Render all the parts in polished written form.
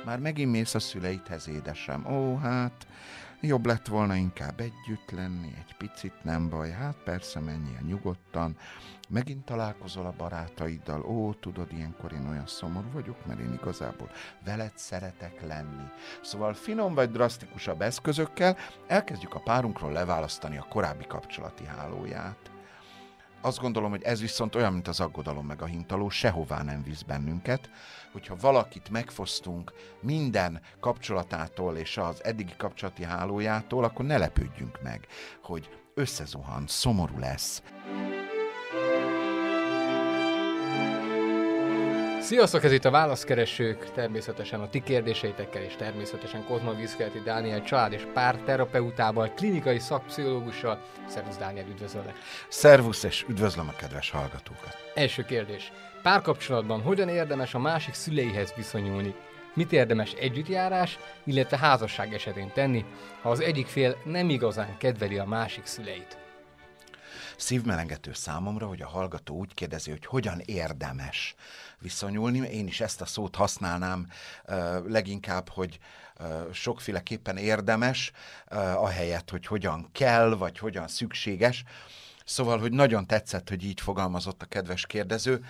Már megint mész a szüleidhez, édesem. Ó, hát jobb lett volna inkább együtt lenni, egy picit, nem baj. Hát persze, menjél nyugodtan. Megint találkozol a barátaiddal. Ó, tudod, ilyenkor én olyan szomorú vagyok, mert én igazából veled szeretek lenni. Szóval finom vagy drasztikusabb eszközökkel elkezdjük a párunkról leválasztani a korábbi kapcsolati hálóját. Azt gondolom, hogy ez viszont olyan, mint az aggodalom meg a hintaló, sehová nem visz bennünket, hogyha valakit megfosztunk minden kapcsolatától és az eddigi kapcsolati hálójától, akkor ne lepődjünk meg, hogy összezuhan, szomorú lesz. Sziasztok, ez itt a Válaszkeresők, természetesen a ti kérdéseitekkel, és természetesen Kozma Viszkeleti Dániel család- és párterapeutával, klinikai szakpszichológussal. Szervusz Dániel, üdvözöllek! Szervusz, és üdvözlöm a kedves hallgatókat! Első kérdés. Párkapcsolatban hogyan érdemes a másik szüleihez viszonyulni? Mit érdemes együttjárás, illetve házasság esetén tenni, ha az egyik fél nem igazán kedveli a másik szüleit? Szívmelengető számomra, hogy a hallgató úgy kérdezi, hogy hogyan érdemes viszonyulni. Én is ezt a szót használnám leginkább, hogy sokféleképpen érdemes, ahelyett, hogy hogyan kell, vagy hogyan szükséges. Szóval, hogy nagyon tetszett, hogy így fogalmazott a kedves kérdező,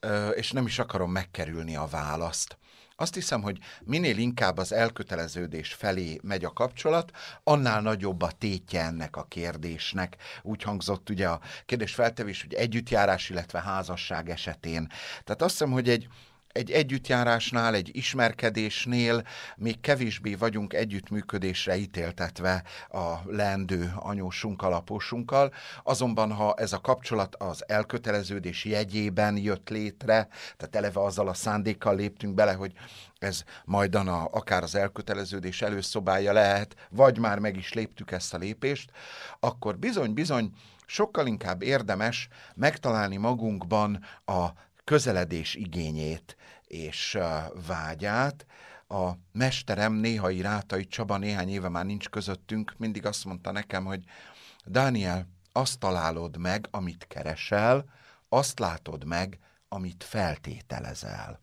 és nem is akarom megkerülni a választ. Azt hiszem, hogy minél inkább az elköteleződés felé megy a kapcsolat, annál nagyobb a tétje ennek a kérdésnek. Úgy hangzott ugye a kérdés feltevés, hogy együttjárás, illetve házasság esetén. Tehát azt hiszem, hogy egy együttjárásnál, egy ismerkedésnél még kevésbé vagyunk együttműködésre ítéltetve a leendő anyósunkkal, apósunkkal, azonban ha ez a kapcsolat az elköteleződés jegyében jött létre, tehát eleve azzal a szándékkal léptünk bele, hogy ez majdan akár az elköteleződés előszobája lehet, vagy már meg is léptük ezt a lépést, akkor bizony sokkal inkább érdemes megtalálni magunkban a közeledés igényét és vágyát. A mesterem, néhai Rátai Csaba, néhány éve már nincs közöttünk, mindig azt mondta nekem, hogy Dániel, azt találod meg, amit keresel, azt látod meg, amit feltételezel.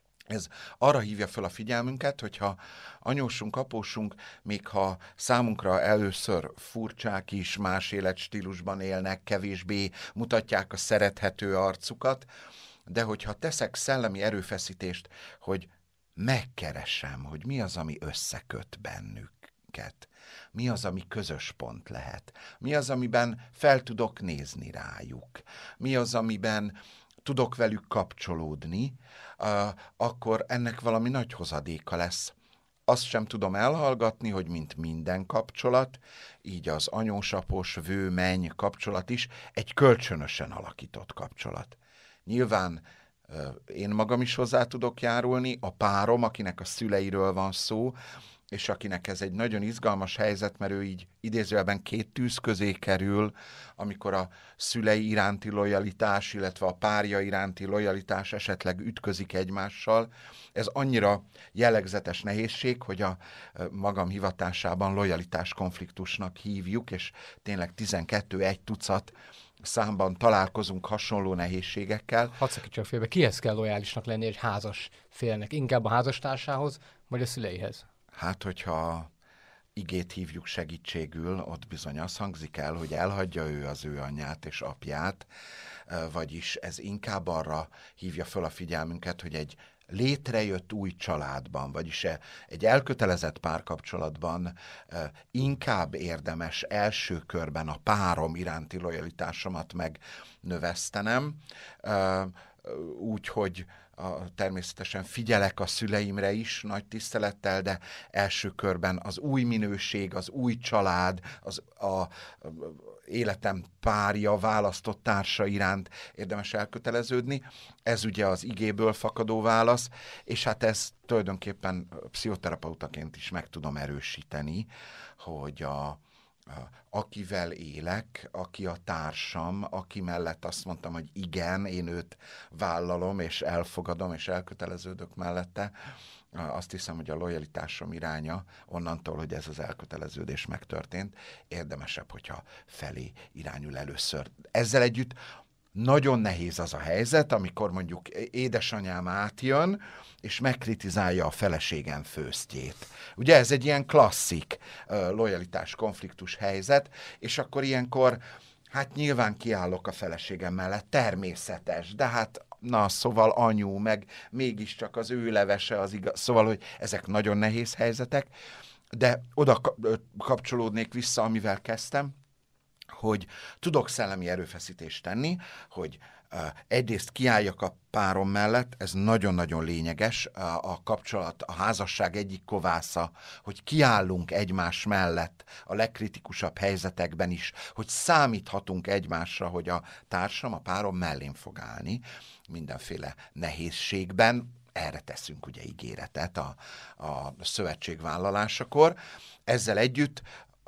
Ez arra hívja fel a figyelmünket, hogyha anyósunk, apósunk, még ha számunkra először furcsák is, más életstílusban élnek, kevésbé mutatják a szerethető arcukat, de hogyha teszek szellemi erőfeszítést, hogy megkeresem, hogy mi az, ami összeköt bennünket, mi az, ami közös pont lehet, mi az, amiben fel tudok nézni rájuk, mi az, amiben tudok velük kapcsolódni, akkor ennek valami nagy hozadéka lesz. Azt sem tudom elhallgatni, hogy mint minden kapcsolat, így az anyós-após, vő-menny kapcsolat is egy kölcsönösen alakított kapcsolat. Nyilván én magam is hozzá tudok járulni, a párom, akinek a szüleiről van szó, és akinek ez egy nagyon izgalmas helyzet, mert ő így idézőjelben két tűz közé kerül, amikor a szülei iránti lojalitás, illetve a párja iránti lojalitás esetleg ütközik egymással. Ez annyira jellegzetes nehézség, hogy a magam hivatásában lojalitás konfliktusnak hívjuk, és tényleg 12 egy tucat számban találkozunk hasonló nehézségekkel. Hadd szakítsak félbe, kihez kell lojálisnak lenni egy házas félnek? Inkább a házastársához, vagy a szüleihez? Hát, hogyha igét hívjuk segítségül, ott bizony az hangzik el, hogy elhagyja ő az ő anyját és apját, vagyis ez inkább arra hívja föl a figyelmünket, hogy egy létrejött új családban, vagyis egy elkötelezett párkapcsolatban inkább érdemes első körben a párom iránti lojalitásomat megnövesztenem, úgyhogy természetesen figyelek a szüleimre is nagy tisztelettel, de első körben az új minőség, az új család, a életem párja, választott társa iránt érdemes elköteleződni. Ez ugye az igéből fakadó válasz, és hát ez tulajdonképpen pszichoterapeutaként is meg tudom erősíteni, hogy akivel élek, aki a társam, aki mellett azt mondtam, hogy igen, én őt vállalom, és elfogadom, és elköteleződök mellette, azt hiszem, hogy a lojalitásom iránya onnantól, hogy ez az elköteleződés megtörtént, érdemesebb, hogyha felé irányul először. Ezzel együtt nagyon nehéz az a helyzet, amikor mondjuk édesanyám átjön, és megkritizálja a feleségem főztjét. Ugye ez egy ilyen klasszik lojalitás-konfliktus helyzet, és akkor ilyenkor hát nyilván kiállok a feleségem mellett, természetes, de hát na, szóval anyu, meg mégiscsak az ő levese az igaz. Szóval, hogy ezek nagyon nehéz helyzetek, de oda kapcsolódnék vissza, amivel kezdtem, hogy tudok szellemi erőfeszítést tenni, hogy egyrészt kiálljak a párom mellett, ez nagyon-nagyon lényeges, a kapcsolat, a házasság egyik kovásza, hogy kiállunk egymás mellett a legkritikusabb helyzetekben is, hogy számíthatunk egymásra, hogy a társam, a párom mellén fog állni mindenféle nehézségben. Erre teszünk ugye ígéretet a szövetségvállalásakor. Ezzel együtt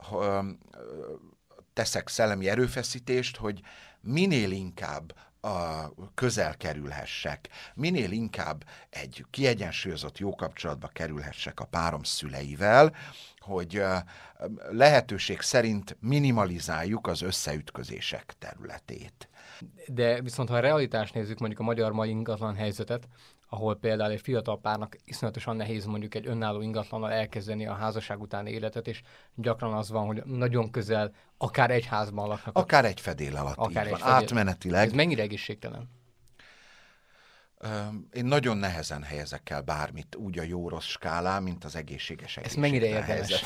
teszek szellemi erőfeszítést, hogy minél inkább közel kerülhessek, minél inkább egy kiegyensúlyozott jó kapcsolatba kerülhessek a párom szüleivel, hogy lehetőség szerint minimalizáljuk az összeütközések területét. De viszont ha a realitást nézzük, mondjuk a magyar mai ingatlan helyzetet, ahol például egy fiatal párnak iszonyatosan nehéz mondjuk egy önálló ingatlannal elkezdeni a házasság utáni életet, és gyakran az van, hogy nagyon közel, akár egy házban laknak. Akár egy fedél alatt, akár így van, átmenetileg. Ez mennyire egészségtelen? Én nagyon nehezen helyezek el bármit úgy a jó-rossz skálán, mint az egészséges Ez mennyire érdemes?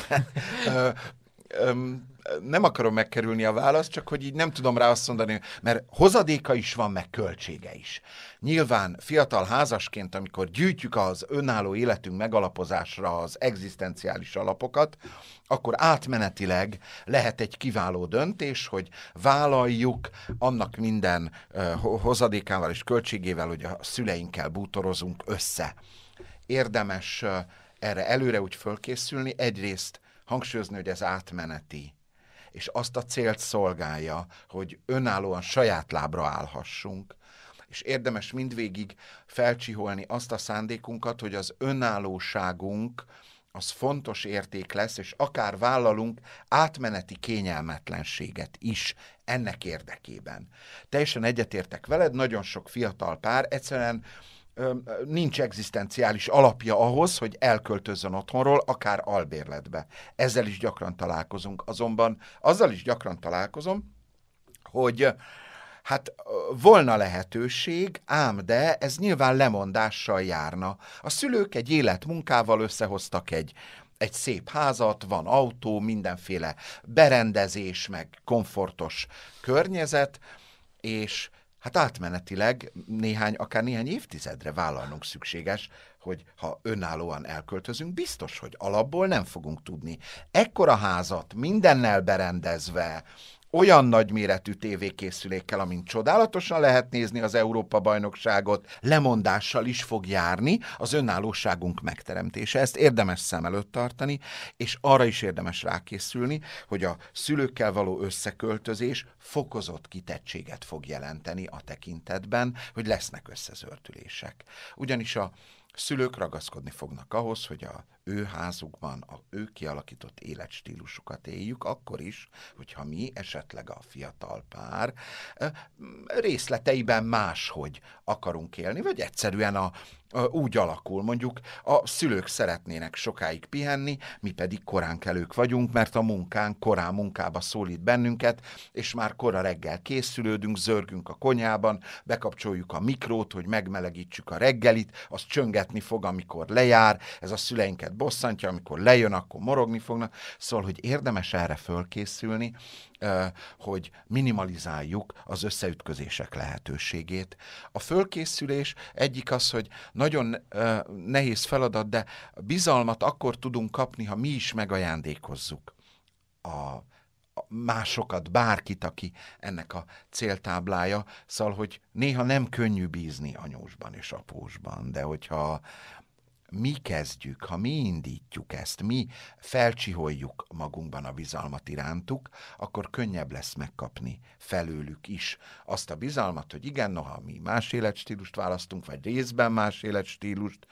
Nem akarom megkerülni a választ, csak hogy így nem tudom rá azt mondani, mert hozadéka is van, meg költsége is. Nyilván fiatal házasként, amikor gyűjtjük az önálló életünk megalapozásra az egzisztenciális alapokat, akkor átmenetileg lehet egy kiváló döntés, hogy vállaljuk annak minden hozadékával és költségével, hogy a szüleinkkel bútorozunk össze. Érdemes erre előre úgy fölkészülni, egyrészt hangsúlyozni, hogy ez átmeneti, és azt a célt szolgálja, hogy önállóan saját lábra állhassunk, és érdemes mindvégig felcsiholni azt a szándékunkat, hogy az önállóságunk az fontos érték lesz, és akár vállalunk átmeneti kényelmetlenséget is ennek érdekében. Teljesen egyetértek veled, nagyon sok fiatal pár egyszerűen nincs egzisztenciális alapja ahhoz, hogy elköltözzön otthonról, akár albérletbe. Ezzel is gyakran találkozunk. Azonban azzal is gyakran találkozom, hogy hát volna lehetőség, ám de ez nyilván lemondással járna. A szülők egy életmunkával összehoztak egy szép házat, van autó, mindenféle berendezés, meg komfortos környezet, és hát átmenetileg akár néhány évtizedre vállalnunk szükséges, hogy ha önállóan elköltözünk, biztos, hogy alapból nem fogunk tudni ekkora házat mindennel berendezve, olyan nagyméretű tévékészülékkel, amin csodálatosan lehet nézni az Európa-bajnokságot, lemondással is fog járni az önállóságunk megteremtése. Ezt érdemes szem előtt tartani, és arra is érdemes rákészülni, hogy a szülőkkel való összeköltözés fokozott kitettséget fog jelenteni a tekintetben, hogy lesznek összezördülések. Ugyanis a szülők ragaszkodni fognak ahhoz, hogy a ő házukban a ő kialakított életstílusukat éljük, akkor is, hogyha mi, esetleg a fiatal pár részleteiben máshogy akarunk élni, vagy egyszerűen úgy alakul, mondjuk a szülők szeretnének sokáig pihenni, mi pedig koránkelők vagyunk, mert a munkánk korán munkába szólít bennünket, és már kora reggel készülődünk, zörgünk a konyhában, bekapcsoljuk a mikrót, hogy megmelegítsük a reggelit, az csöngetni fog, amikor lejár, ez a szüleinket bosszantja, amikor lejön, akkor morogni fognak, szóval, hogy érdemes erre fölkészülni, hogy minimalizáljuk az összeütközések lehetőségét. A fölkészülés egyik az, hogy nagyon nehéz feladat, de bizalmat akkor tudunk kapni, ha mi is megajándékozzuk a másokat, bárkit, aki ennek a céltáblája. Szóval, hogy néha nem könnyű bízni anyósban és apósban, de hogyha mi kezdjük, ha mi indítjuk ezt, mi felcsiholjuk magunkban a bizalmat irántuk, akkor könnyebb lesz megkapni felőlük is azt a bizalmat, hogy igen, noha mi más életstílust választunk, vagy részben más életstílust,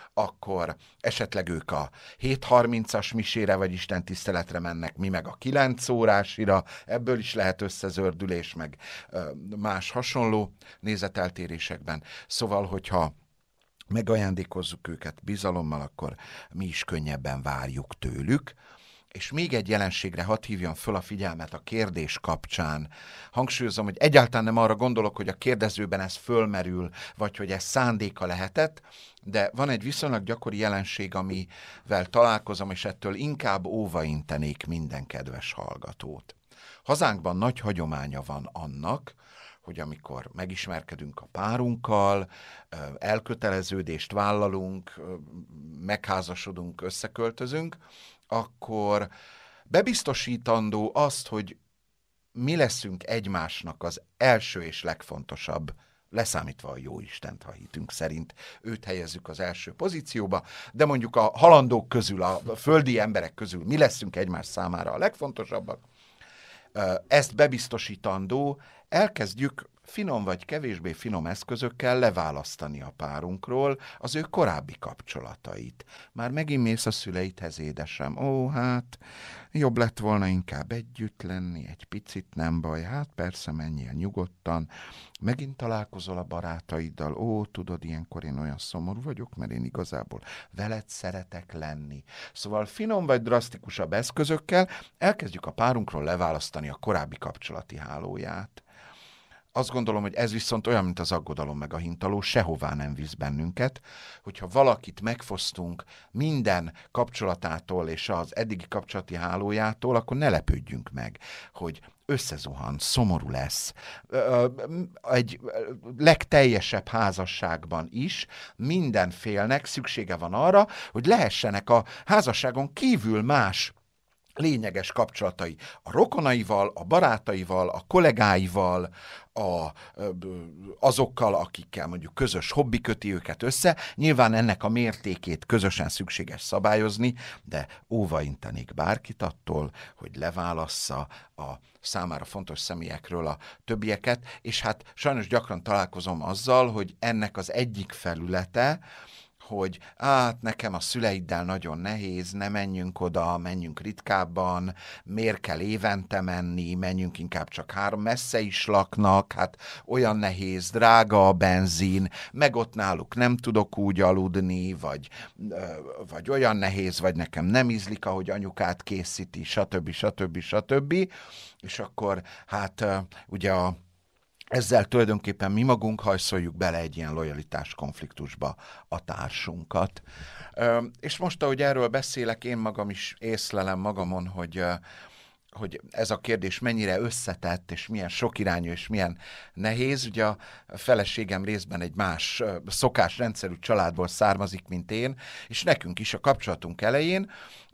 akkor esetleg ők a 7:30-as misére vagy istentiszteletre mennek, mi meg a 9 órásira, ebből is lehet összezördülés, meg más hasonló nézeteltérésekben. Szóval, hogyha megajándékozzuk őket bizalommal, akkor mi is könnyebben várjuk tőlük. És még egy jelenségre hadd hívjam föl a figyelmet a kérdés kapcsán. Hangsúlyozom, hogy egyáltalán nem arra gondolok, hogy a kérdezőben ez fölmerül, vagy hogy ez szándéka lehetett, de van egy viszonylag gyakori jelenség, amivel találkozom, és ettől inkább óvaintenék minden kedves hallgatót. Hazánkban nagy hagyománya van annak, hogy amikor megismerkedünk a párunkkal, elköteleződést vállalunk, megházasodunk, összeköltözünk, akkor bebiztosítandó azt, hogy mi leszünk egymásnak az első és legfontosabb, leszámítva a Jóistent, ha hitünk szerint, őt helyezzük az első pozícióba, de mondjuk a halandók közül, a földi emberek közül mi leszünk egymás számára a legfontosabbak. Ezt bebiztosítandó, elkezdjük finom vagy kevésbé finom eszközökkel leválasztani a párunkról az ő korábbi kapcsolatait. Már megint mész a szüleidhez, édesem. Ó, hát jobb lett volna inkább együtt lenni, egy picit, nem baj. Hát persze, menjél nyugodtan. Megint találkozol a barátaiddal. Ó, tudod, ilyenkor én olyan szomorú vagyok, mert én igazából veled szeretek lenni. Szóval finom vagy drasztikusabb eszközökkel elkezdjük a párunkról leválasztani a korábbi kapcsolati hálóját. Azt gondolom, hogy ez viszont olyan, mint az aggodalom meg a hintaló, sehová nem visz bennünket, hogyha valakit megfosztunk minden kapcsolatától és az eddigi kapcsolati hálójától, akkor ne lepődjünk meg, hogy összezuhan, szomorú lesz. Egy legteljesebb házasságban is minden félnek szüksége van arra, hogy lehessenek a házasságon kívül más lényeges kapcsolatai a rokonaival, a barátaival, a kollégáival, azokkal, akikkel mondjuk közös hobbi köti őket össze. Nyilván ennek a mértékét közösen szükséges szabályozni, de óvaintenék bárkit attól, hogy leválassza a számára fontos személyekről a többieket, és hát sajnos gyakran találkozom azzal, hogy ennek az egyik felülete, hogy hát nekem a szüleiddel nagyon nehéz, ne menjünk oda, menjünk ritkábban, miért kell évente menni, menjünk inkább csak 3, messze is laknak, hát olyan nehéz, drága a benzin, meg ott náluk nem tudok úgy aludni, vagy olyan nehéz, vagy nekem nem ízlik, ahogy anyukát készíti, stb. És akkor hát ugye ezzel tulajdonképpen mi magunk hajszoljuk bele egy ilyen lojalitás konfliktusba a társunkat. És most, ahogy erről beszélek, én magam is észlelem magamon, hogy ez a kérdés mennyire összetett, és milyen sokirányú, és milyen nehéz. Ugye a feleségem részben egy más szokásrendszerű családból származik, mint én, és nekünk is a kapcsolatunk elején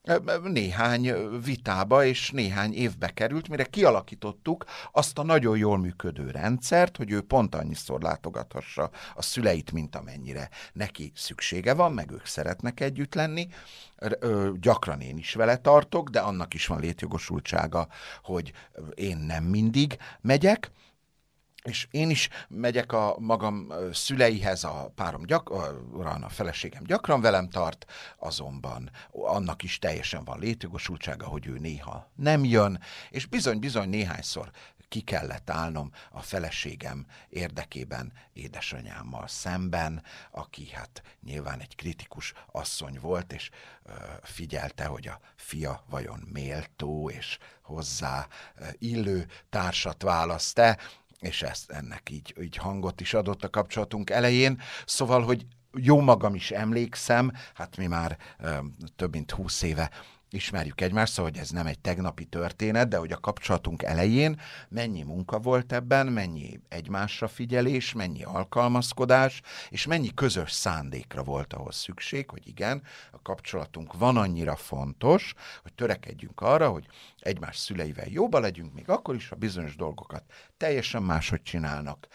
néhány vitába és néhány évbe került, mire kialakítottuk azt a nagyon jól működő rendszert, hogy ő pont annyiszor látogathassa a szüleit, mint amennyire neki szüksége van, meg ők szeretnek együtt lenni. Gyakran én is vele tartok, de annak is van létjogosultsága, hogy én nem mindig megyek. És én is megyek a magam szüleihez, a párom gyakran, a feleségem gyakran velem tart, azonban annak is teljesen van létjogosultsága, hogy ő néha nem jön, és bizony-bizony néhányszor ki kellett állnom a feleségem érdekében édesanyámmal szemben, aki hát nyilván egy kritikus asszony volt, és figyelte, hogy a fia vajon méltó és hozzá illő társat választ-e, és ennek így hangot is adott a kapcsolatunk elején. Szóval, hogy jó magam is emlékszem, hát mi már több mint 20 éve ismerjük egymást, szóval hogy ez nem egy tegnapi történet, de hogy a kapcsolatunk elején mennyi munka volt ebben, mennyi egymásra figyelés, mennyi alkalmazkodás, és mennyi közös szándékra volt ahhoz szükség, hogy igen, a kapcsolatunk van annyira fontos, hogy törekedjünk arra, hogy egymás szüleivel jóba legyünk, még akkor is, ha bizonyos dolgokat teljesen máshogy csinálnak,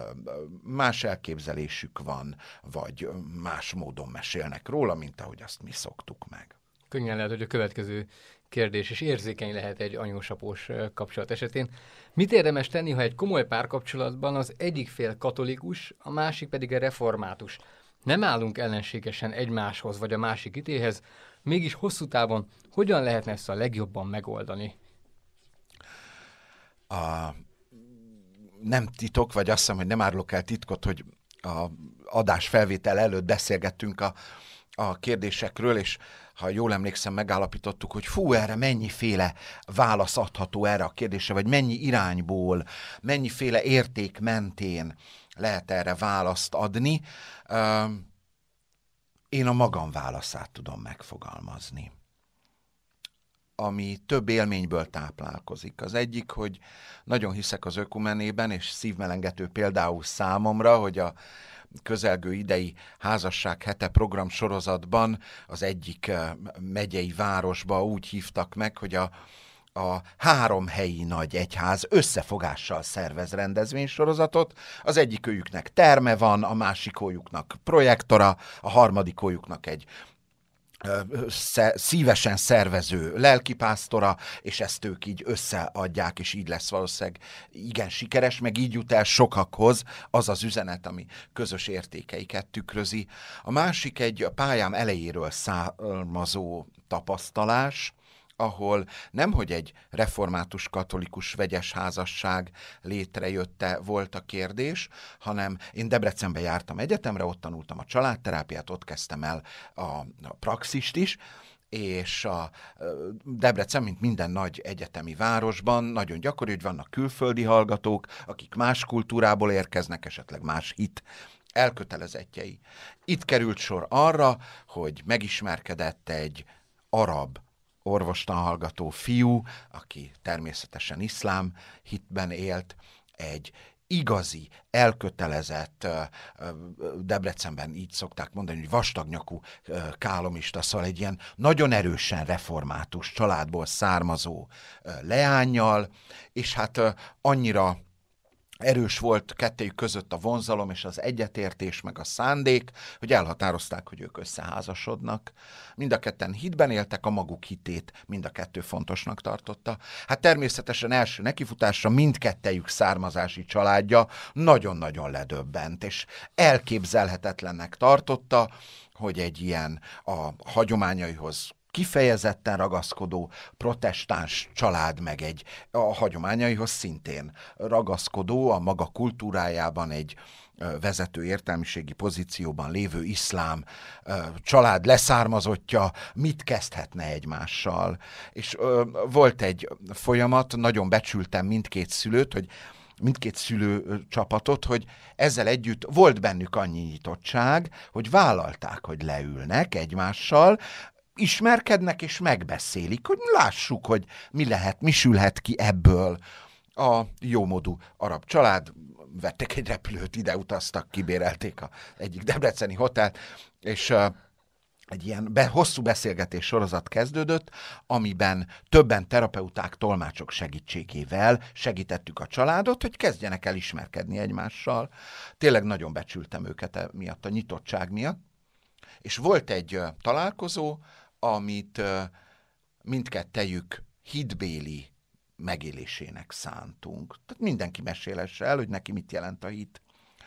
más elképzelésük van, vagy más módon mesélnek róla, mint ahogy azt mi szoktuk meg. Könnyen lehet, hogy a következő kérdés is érzékeny lehet egy anyósapós kapcsolat esetén. Mit érdemes tenni, ha egy komoly párkapcsolatban az egyik fél katolikus, a másik pedig a református? Nem állunk ellenségesen egymáshoz vagy a másik hitéhez, mégis hosszú távon hogyan lehetne ezt a legjobban megoldani? Nem titok, vagy azt hiszem, hogy nem árulok el titkot, hogy a adás felvétel előtt beszélgettünk a kérdésekről, és ha jól emlékszem, megállapítottuk, hogy erre mennyiféle válasz adható erre a kérdésre, vagy mennyi irányból, mennyiféle érték mentén lehet erre választ adni. Én a magam válaszát tudom megfogalmazni, ami több élményből táplálkozik. Az egyik, hogy nagyon hiszek az ökumenében, és szívmelengető például számomra, hogy a közelgő idei házasság hete program sorozatban az egyik megyei városba úgy hívtak meg, hogy a 3 helyi nagy egyház összefogással szervez rendezvénysorozatot. Az egyikőjüknek terme van, a másikójuknak projektora, a harmadikójuknak egy szívesen szervező lelkipásztora, és ezt ők így összeadják, és így lesz valószínűleg igen sikeres, meg így jut el sokakhoz az az üzenet, ami közös értékeiket tükrözi. A másik egy a pályám elejéről származó tapasztalás, ahol nemhogy egy református katolikus vegyes házasság létrejötte volt a kérdés, hanem én Debrecenbe jártam egyetemre, ott tanultam a családterápiát, ott kezdtem el a praxist is, és a Debrecen, mint minden nagy egyetemi városban, nagyon gyakori, hogy vannak külföldi hallgatók, akik más kultúrából érkeznek, esetleg más hit elkötelezettjei. Itt került sor arra, hogy megismerkedett egy arab orvostanhallgató fiú, aki természetesen iszlám hitben élt, egy igazi, elkötelezett, Debrecenben így szokták mondani, hogy vastagnyakú kálomista, szóval egy ilyen nagyon erősen református családból származó leánnyal, és hát annyira erős volt kettejük között a vonzalom és az egyetértés, meg a szándék, hogy elhatározták, hogy ők összeházasodnak. Mind a ketten hitben éltek, a maguk hitét mind a kettő fontosnak tartotta. Hát természetesen első nekifutásra mindkettejük származási családja nagyon-nagyon ledöbbent, és elképzelhetetlennek tartotta, hogy egy ilyen a hagyományaihoz kifejezetten ragaszkodó protestáns család, meg egy a hagyományaihoz szintén ragaszkodó, a maga kultúrájában egy vezető értelmiségi pozícióban lévő iszlám család leszármazottja mit kezdhetne egymással. És volt egy folyamat, nagyon becsültem mindkét szülő csapatot, hogy ezzel együtt volt bennük annyi nyitottság, hogy vállalták, hogy leülnek egymással, ismerkednek és megbeszélik, hogy lássuk, hogy mi sülhet ki ebből. A jómódú arab család, vettek egy repülőt, ide utaztak, kibérelték az egyik debreceni hotelt, és egy ilyen hosszú beszélgetés sorozat kezdődött, amiben többen terapeuták, tolmácsok segítségével segítettük a családot, hogy kezdjenek el ismerkedni egymással. Tényleg nagyon becsültem őket miatt, a nyitottság miatt. És volt egy találkozó, amit mindkettejük hitbéli megélésének szántunk. Tehát mindenki mesélesse el, hogy neki mit jelent a hit,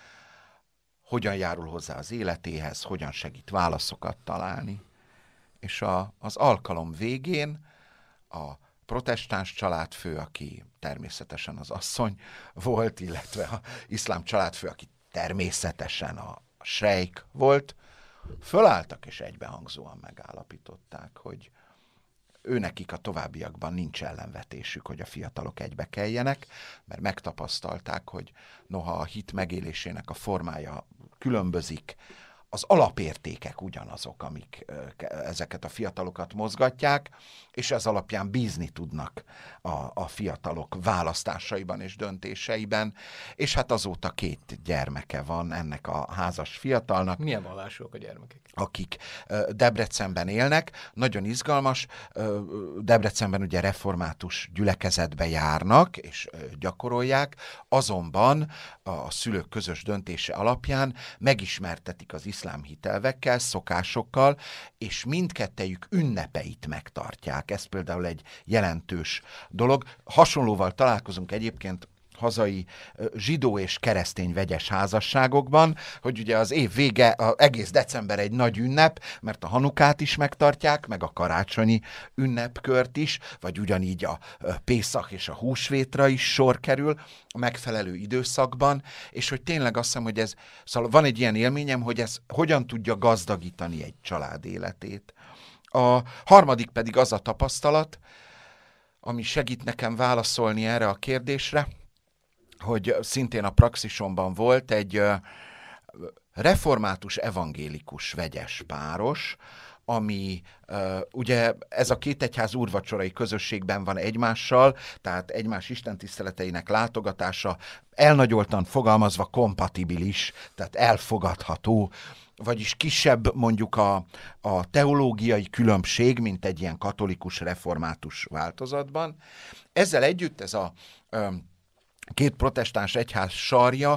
hogyan járul hozzá az életéhez, hogyan segít válaszokat találni. És az alkalom végén a protestáns családfő, aki természetesen az asszony volt, illetve az iszlám családfő, aki természetesen a sejk volt, fölálltak és egybehangzóan megállapították, hogy őnekik a továbbiakban nincs ellenvetésük, hogy a fiatalok egybe keljenek, mert megtapasztalták, hogy noha a hit megélésének a formája különbözik, az alapértékek ugyanazok, amik ezeket a fiatalokat mozgatják, és ez alapján bízni tudnak a fiatalok választásaiban és döntéseiben, és hát azóta 2 gyermeke van ennek a házas fiatalnak. Milyen vallásúak a gyermekek? Akik Debrecenben élnek. Nagyon izgalmas, Debrecenben ugye református gyülekezetbe járnak, és gyakorolják, azonban a szülők közös döntése alapján megismertetik az iszlám hitelvekkel, szokásokkal, és mindkettejük ünnepeit megtartják. Ez például egy jelentős dolog. Hasonlóval találkozunk egyébként hazai zsidó és keresztény vegyes házasságokban, hogy ugye az év vége, egész december egy nagy ünnep, mert a Hanukát is megtartják, meg a karácsonyi ünnepkört is, vagy ugyanígy a Pészak és a húsvétra is sor kerül a megfelelő időszakban, és hogy tényleg azt hiszem, hogy ez, szóval van egy ilyen élményem, hogy ez hogyan tudja gazdagítani egy család életét. A harmadik pedig az a tapasztalat, ami segít nekem válaszolni erre a kérdésre, hogy szintén a praxisomban volt egy református evangélikus vegyes páros, ami ugye ez a két egyház úrvacsorai közösségben van egymással, tehát egymás istentiszteleteinek látogatása elnagyoltan fogalmazva kompatibilis, tehát elfogadható, vagyis kisebb mondjuk a teológiai különbség, mint egy ilyen katolikus református változatban. Ezzel együtt ez a két protestáns egyház sarja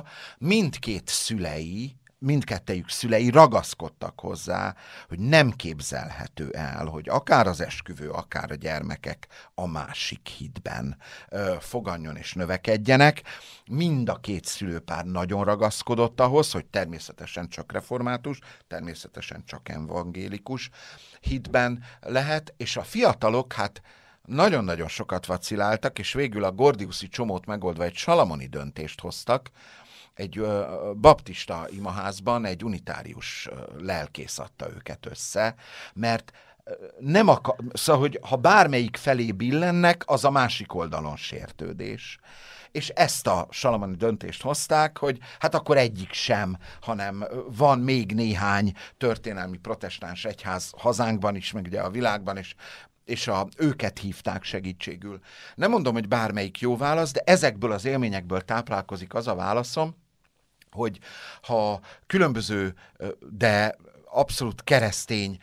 mindkettejük szülei ragaszkodtak hozzá, hogy nem képzelhető el, hogy akár az esküvő, akár a gyermekek a másik hitben foganjon és növekedjenek. Mind a két szülőpár nagyon ragaszkodott ahhoz, hogy természetesen csak református, természetesen csak evangélikus hitben lehet, és a fiatalok hát nagyon-nagyon sokat vaciláltak, és végül a gordiuszi csomót megoldva egy salamoni döntést hoztak, egy baptista imaházban egy unitárius lelkész adta őket össze, mert nem szóval, hogy ha bármelyik felé billennek, az a másik oldalon sértődés. És ezt a salamoni döntést hozták, hogy hát akkor egyik sem, hanem van még néhány történelmi protestáns egyház hazánkban is, meg ugye a világban is, és őket hívták segítségül. Nem mondom, hogy bármelyik jó válasz, de ezekből az élményekből táplálkozik az a válaszom, hogy ha különböző, de abszolút keresztény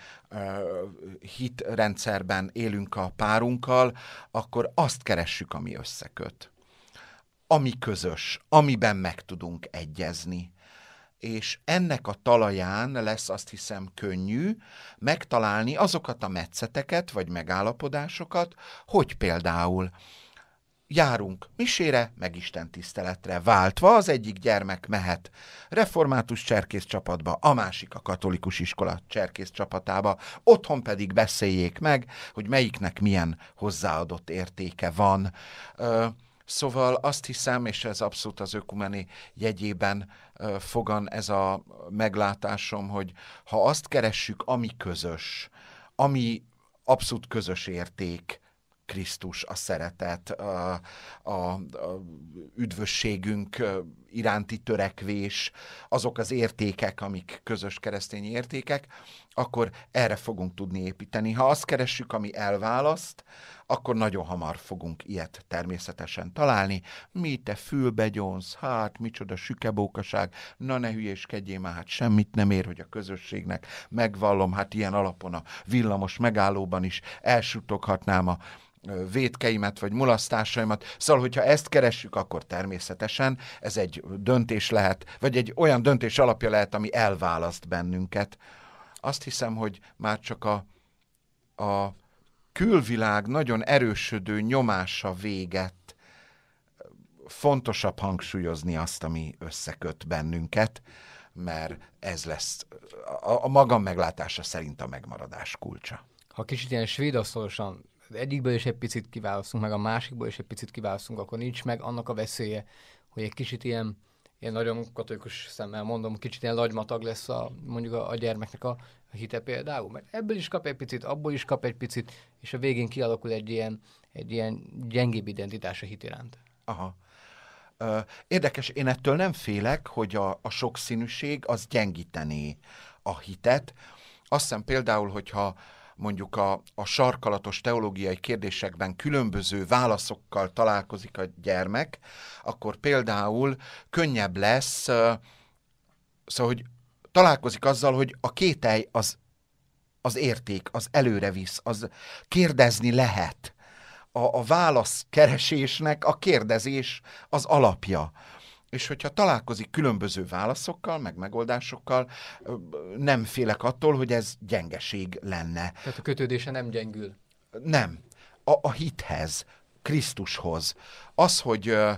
hitrendszerben élünk a párunkkal, akkor azt keressük, ami összeköt. Ami közös, amiben meg tudunk egyezni. És ennek a talaján lesz, azt hiszem, könnyű megtalálni azokat a metszeteket, vagy megállapodásokat, hogy például járunk misére, meg istentiszteletre váltva, az egyik gyermek mehet református cserkész csapatba, a másik a katolikus iskola cserkész csapatába, otthon pedig beszéljék meg, hogy melyiknek milyen hozzáadott értéke van. Szóval azt hiszem, és ez abszolút az ökumeni jegyében fogan ez a meglátásom, hogy ha azt keressük, ami közös, ami abszolút közös érték, Krisztus, a szeretet, a üdvösségünk iránti törekvés, azok az értékek, amik közös keresztény értékek, akkor erre fogunk tudni építeni. Ha azt keressük, ami elválaszt, akkor nagyon hamar fogunk ilyet természetesen találni. Mi te fülbegyonsz, hát micsoda sükebókaság, na ne hülyéskedjél már, hát semmit nem ér, hogy a közösségnek megvallom, hát ilyen alapon a villamos megállóban is elsutoghatnám a vétkeimet, vagy mulasztásaimat. Szóval, hogyha ezt keressük, akkor természetesen ez egy döntés lehet, vagy egy olyan döntés alapja lehet, ami elválaszt bennünket. Azt hiszem, hogy már csak a külvilág nagyon erősödő nyomása véget fontosabb hangsúlyozni azt, ami összeköt bennünket, mert ez lesz a magam meglátása szerint a megmaradás kulcsa. Ha kicsit ilyen svédaszorosan az egyikből is egy picit kiválasztunk, meg a másikból is egy picit kiválasztunk, akkor nincs meg annak a veszélye, hogy egy kicsit ilyen nagyon katolikus szemmel mondom, kicsit ilyen lagymatag lesz mondjuk a gyermeknek a hite például, mert ebből is kap egy picit, abból is kap egy picit, és a végén kialakul egy ilyen gyengébb identitás a hit iránt. Aha. Érdekes, én ettől nem félek, hogy a sokszínűség az gyengítené a hitet. Azt hiszem például, hogyha mondjuk a sarkalatos teológiai kérdésekben különböző válaszokkal találkozik a gyermek, akkor például könnyebb lesz, szóval, hogy találkozik azzal, hogy a kételj az érték, az előre visz, az kérdezni lehet. A válaszkeresésnek a kérdezés az alapja. És hogyha találkozik különböző válaszokkal, meg megoldásokkal, nem félek attól, hogy ez gyengeség lenne. Tehát a kötődése nem gyengül. Nem. A hithez, Krisztushoz. Az, hogy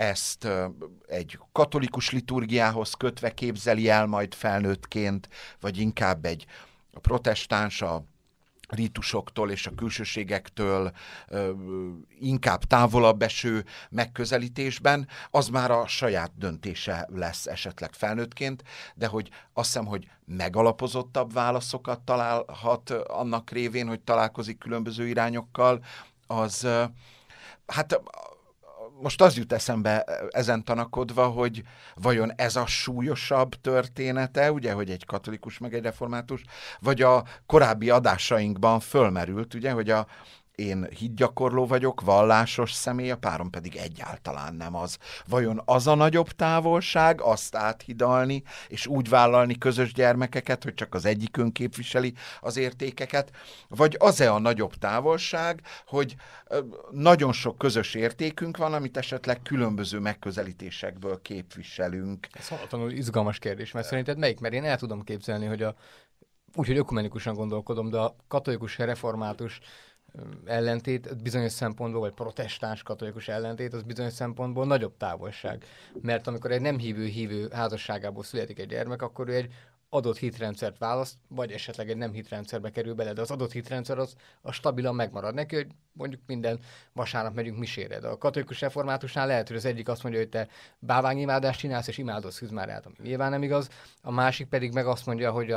ezt egy katolikus liturgiához kötve képzeli el majd felnőttként, vagy inkább egy protestáns, a rítusoktól és a külsőségektől inkább távolabb eső megközelítésben, az már a saját döntése lesz esetleg felnőttként, de hogy azt hiszem, hogy megalapozottabb válaszokat találhat annak révén, hogy találkozik különböző irányokkal, az hát most az jut eszembe ezen tanakodva, hogy vajon ez a súlyosabb története, ugye, hogy egy katolikus meg egy református, vagy a korábbi adásainkban fölmerült, ugye, hogy én hitgyakorló vagyok, vallásos személy, a párom pedig egyáltalán nem az. Vajon az a nagyobb távolság, azt áthidalni, és úgy vállalni közös gyermekeket, hogy csak az egyikünk képviseli az értékeket, vagy az-e a nagyobb távolság, hogy nagyon sok közös értékünk van, amit esetleg különböző megközelítésekből képviselünk. Ez halatlanul izgalmas kérdés, mert szerinted melyik? Mert én el tudom képzelni, hogy úgyhogy ökumenikusan gondolkodom, de a katolikus református ellentét bizonyos szempontból, vagy protestáns katolikus ellentét, az bizonyos szempontból nagyobb távolság. Mert amikor egy nem hívő házasságából születik egy gyermek, akkor ő egy adott hitrendszert választ, vagy esetleg egy nem hitrendszerbe kerül bele, de az adott hitrendszer az stabilan megmarad neki, hogy mondjuk minden vasárnap megyünk misére. De a katolikus reformátusnál lehet, hogy az egyik azt mondja, hogy te báványimádást csinálsz, és imádod Szűz Máriát, ami nyilván nem igaz. A másik pedig meg azt mondja, hogy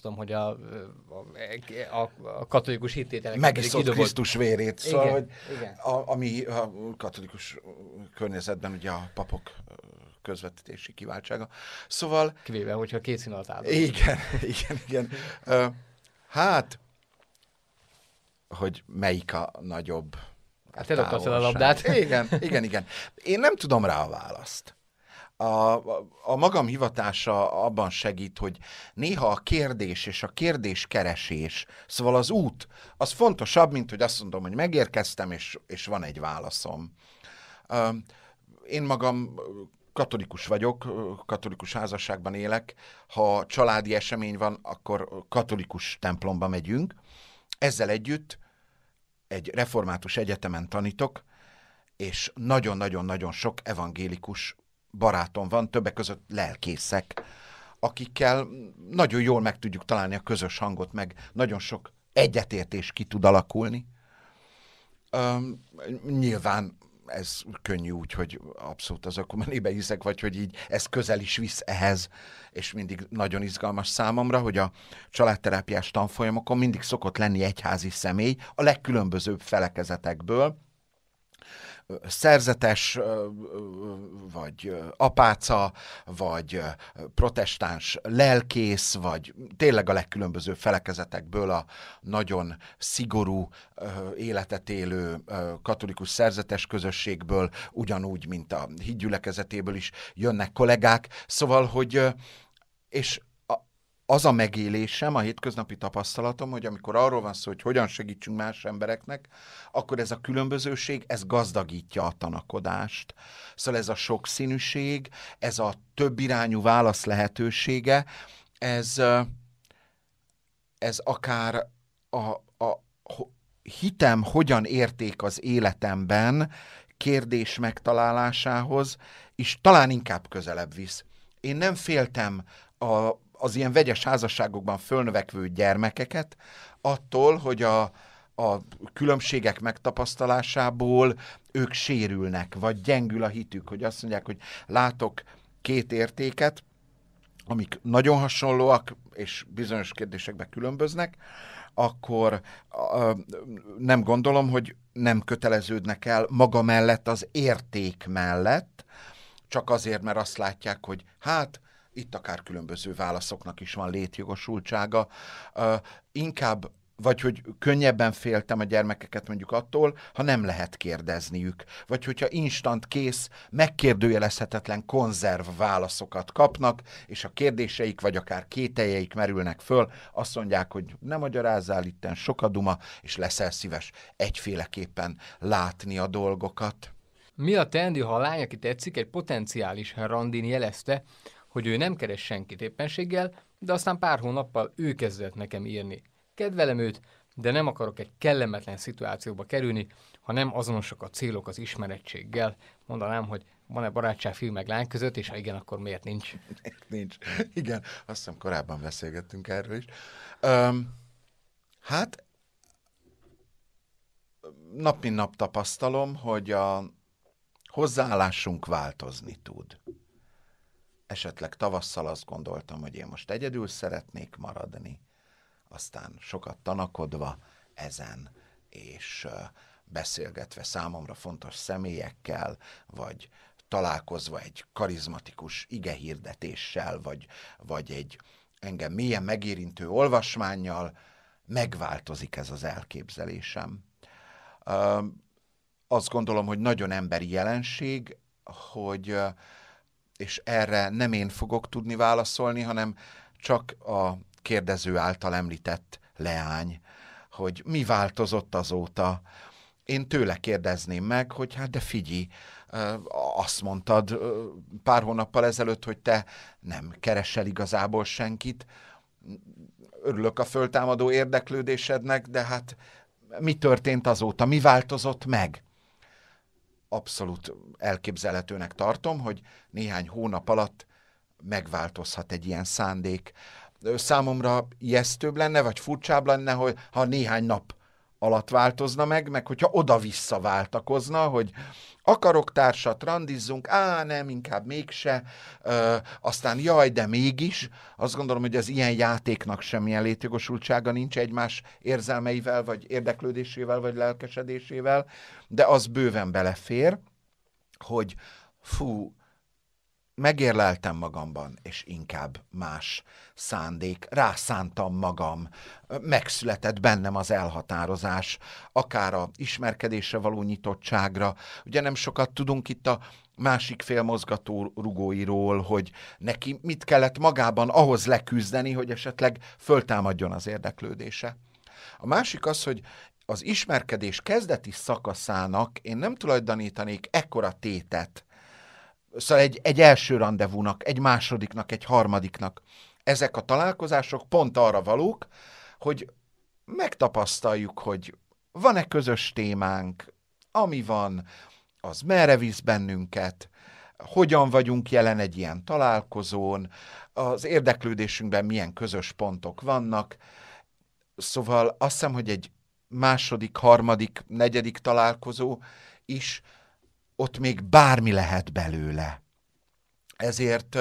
a katolikus hittételek megiszott Krisztus vérét. Szóval, igen, hogy igen. Ami a katolikus környezetben ugye a papok közvetítési kiváltsága. Szóval... Kivéve, hogyha két szín alatt áldozol. Igen. Hát, hogy melyik a nagyobb Hát te dobtad fel a labdát. Igen. Én nem tudom rá a választ. A magam hivatása abban segít, hogy néha a kérdés és a kérdéskeresés, szóval az út, az fontosabb, mint hogy azt mondom, hogy megérkeztem, és van egy válaszom. Én magam katolikus vagyok, katolikus házasságban élek. Ha családi esemény van, akkor katolikus templomba megyünk. Ezzel együtt egy református egyetemen tanítok, és nagyon-nagyon-nagyon sok evangélikus barátom van, többek között lelkészek, akikkel nagyon jól meg tudjuk találni a közös hangot, meg nagyon sok egyetértés ki tud alakulni. Nyilván ez könnyű úgy, hogy abszolút az ökumenébe hiszek, vagy hogy így ez közel is visz ehhez, és mindig nagyon izgalmas számomra, hogy a családterápiás tanfolyamokon mindig szokott lenni egyházi személy a legkülönbözőbb felekezetekből, szerzetes, vagy apáca, vagy protestáns lelkész, vagy tényleg a legkülönbözőbb felekezetekből a nagyon szigorú életet élő katolikus szerzetes közösségből, ugyanúgy, mint a hitgyülekezetéből is jönnek kollégák. Szóval, hogy és az a megélésem, a hétköznapi tapasztalatom, hogy amikor arról van szó, hogy hogyan segítsünk más embereknek, akkor ez a különbözőség, ez gazdagítja a tanakodást. Szóval ez a sokszínűség, ez a többirányú válasz lehetősége, ez akár a hitem hogyan érték az életemben kérdés megtalálásához, és talán inkább közelebb visz. Én nem féltem az ilyen vegyes házasságokban fölnövekvő gyermekeket attól, hogy a különbségek megtapasztalásából ők sérülnek, vagy gyengül a hitük, hogy azt mondják, hogy látok két értéket, amik nagyon hasonlóak, és bizonyos kérdésekben különböznek, akkor nem gondolom, hogy nem köteleződnek el maga mellett az érték mellett, csak azért, mert azt látják, hogy hát, itt akár különböző válaszoknak is van létjogosultsága. Inkább, vagy hogy könnyebben féltem a gyermekeket mondjuk attól, ha nem lehet kérdezniük. Vagy hogyha instant kész, megkérdőjelezhetetlen konzerv válaszokat kapnak, és a kérdéseik, vagy akár kételjeik merülnek föl, azt mondják, hogy ne magyarázzál itten sok a duma, és leszel szíves egyféleképpen látni a dolgokat. Mi a teendő, ha a lány, aki tetszik, egy potenciális randin jelezte, hogy ő nem keres senkit éppenséggel, de aztán pár hónappal ő kezdett nekem írni. Kedvelem őt, de nem akarok egy kellemetlen szituációba kerülni, ha nem azonosak a célok az ismerettséggel. Mondanám, hogy van-e barátság fiú meg lány között, és ha igen, akkor miért nincs? Nincs. Igen, azt hiszem korábban beszélgettünk erről is. Hát, nap mint nap tapasztalom, hogy a hozzáállásunk változni tud. Esetleg tavasszal azt gondoltam, hogy én most egyedül szeretnék maradni, aztán sokat tanakodva ezen, és beszélgetve számomra fontos személyekkel, vagy találkozva egy karizmatikus igehirdetéssel, vagy egy engem mélyen megérintő olvasmánnyal, megváltozik ez az elképzelésem. Azt gondolom, hogy nagyon emberi jelenség, hogy, és erre nem én fogok tudni válaszolni, hanem csak a kérdező által említett leány, hogy mi változott azóta. Én tőle kérdezném meg, hogy hát de figyelj, azt mondtad pár hónappal ezelőtt, hogy te nem keresel igazából senkit. Örülök a föltámadó érdeklődésednek, de hát mi történt azóta? Mi változott meg? Abszolút elképzelhetőnek tartom, hogy néhány hónap alatt megváltozhat egy ilyen szándék. Számomra ijesztőbb lenne, vagy furcsább lenne, hogy ha néhány nap alatt változna meg hogyha oda-vissza váltakozna, hogy akarok társat, randizzunk, nem, inkább mégse, aztán jaj, de mégis. Azt gondolom, hogy az ilyen játéknak semmilyen létjogosultsága nincs egymás érzelmeivel, vagy érdeklődésével, vagy lelkesedésével, de az bőven belefér, hogy megérleltem magamban, és inkább más szándék, rászántam magam, megszületett bennem az elhatározás, akár a ismerkedésre való nyitottságra. Ugye nem sokat tudunk itt a másik fél mozgató rugóiról, hogy neki mit kellett magában ahhoz leküzdeni, hogy esetleg föltámadjon az érdeklődése. A másik az, hogy az ismerkedés kezdeti szakaszának én nem tulajdonítanék ekkora tétet, szóval egy első randevúnak, egy másodiknak, egy harmadiknak. Ezek a találkozások pont arra valók, hogy megtapasztaljuk, hogy van-e közös témánk, ami van, az merre visz bennünket, hogyan vagyunk jelen egy ilyen találkozón, az érdeklődésünkben milyen közös pontok vannak. Szóval azt hiszem, hogy egy második, harmadik, negyedik találkozó is ott még bármi lehet belőle. Ezért,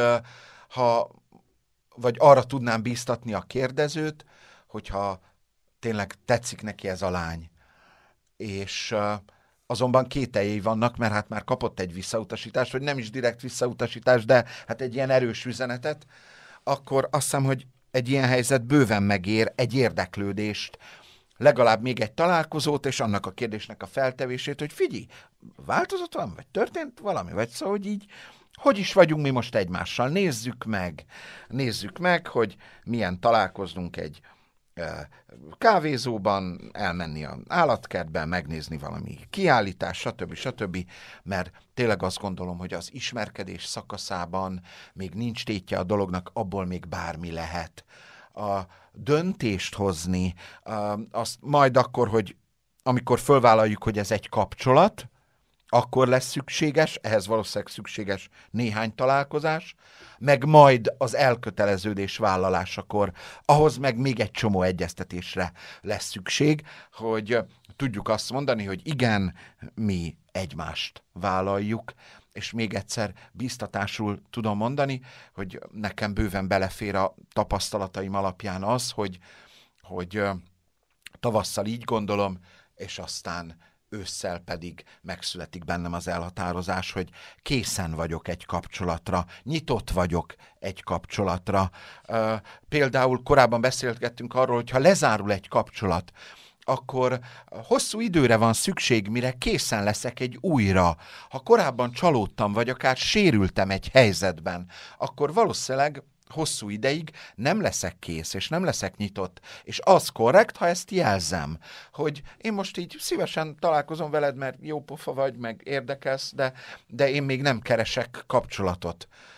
vagy arra tudnám bíztatni a kérdezőt, hogyha tényleg tetszik neki ez a lány, és azonban kételjei vannak, mert hát már kapott egy visszautasítást, vagy nem is direkt visszautasítást, de hát egy ilyen erős üzenetet, akkor azt hiszem, hogy egy ilyen helyzet bőven megér egy érdeklődést, legalább még egy találkozót, és annak a kérdésnek a feltevését, hogy figyelj, változott valami, vagy történt valami, vagy szóval, hogy így, hogy is vagyunk mi most egymással, nézzük meg, hogy milyen találkoznunk egy kávézóban, elmenni az állatkertben, megnézni valami kiállítás, stb., mert tényleg azt gondolom, hogy az ismerkedés szakaszában még nincs tétje a dolognak, abból még bármi lehet. A döntést hozni, azt majd akkor, hogy amikor fölvállaljuk, hogy ez egy kapcsolat, akkor lesz szükséges, ehhez valószínűleg szükséges néhány találkozás, meg majd az elköteleződés vállalásakor, ahhoz meg még egy csomó egyeztetésre lesz szükség, hogy tudjuk azt mondani, hogy igen, mi egymást vállaljuk, és még egyszer bíztatásul tudom mondani, hogy nekem bőven belefér a tapasztalataim alapján az, hogy tavasszal így gondolom, és aztán ősszel pedig megszületik bennem az elhatározás, hogy készen vagyok egy kapcsolatra, nyitott vagyok egy kapcsolatra. Például korábban beszélgettünk arról, hogy ha lezárul egy kapcsolat, akkor hosszú időre van szükség, mire készen leszek egy újra. Ha korábban csalódtam, vagy akár sérültem egy helyzetben, akkor valószínűleg hosszú ideig nem leszek kész, és nem leszek nyitott. És az korrekt, ha ezt jelzem, hogy én most így szívesen találkozom veled, mert jó pofa vagy, meg érdekelsz, de én még nem keresek kapcsolatot.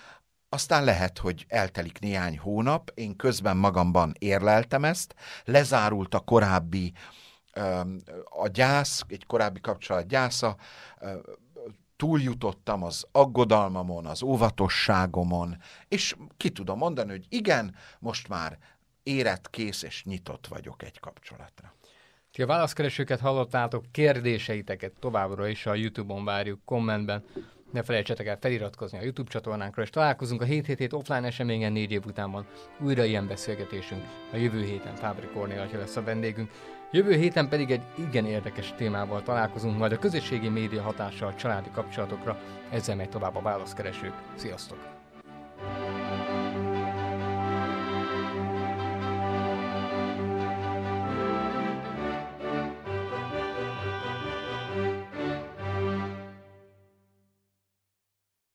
Aztán lehet, hogy eltelik néhány hónap, én közben magamban érleltem ezt, lezárult a korábbi a gyász, egy korábbi kapcsolat gyásza, túljutottam az aggodalmamon, az óvatosságomon, és ki tudom mondani, hogy igen, most már érett, kész és nyitott vagyok egy kapcsolatra. Ti a válaszkeresőket hallottátok, kérdéseiteket továbbra is a YouTube-on várjuk, kommentben. Ne felejtsetek el feliratkozni a YouTube csatornánkra, és találkozunk a 777 offline eseményen 4 év után van. Újra ilyen beszélgetésünk. A jövő héten Fábri Kornél atya lesz a vendégünk. Jövő héten pedig egy igen érdekes témával találkozunk, majd a közösségi média hatással a családi kapcsolatokra. Ezzel megy tovább a válaszkeresők. Sziasztok!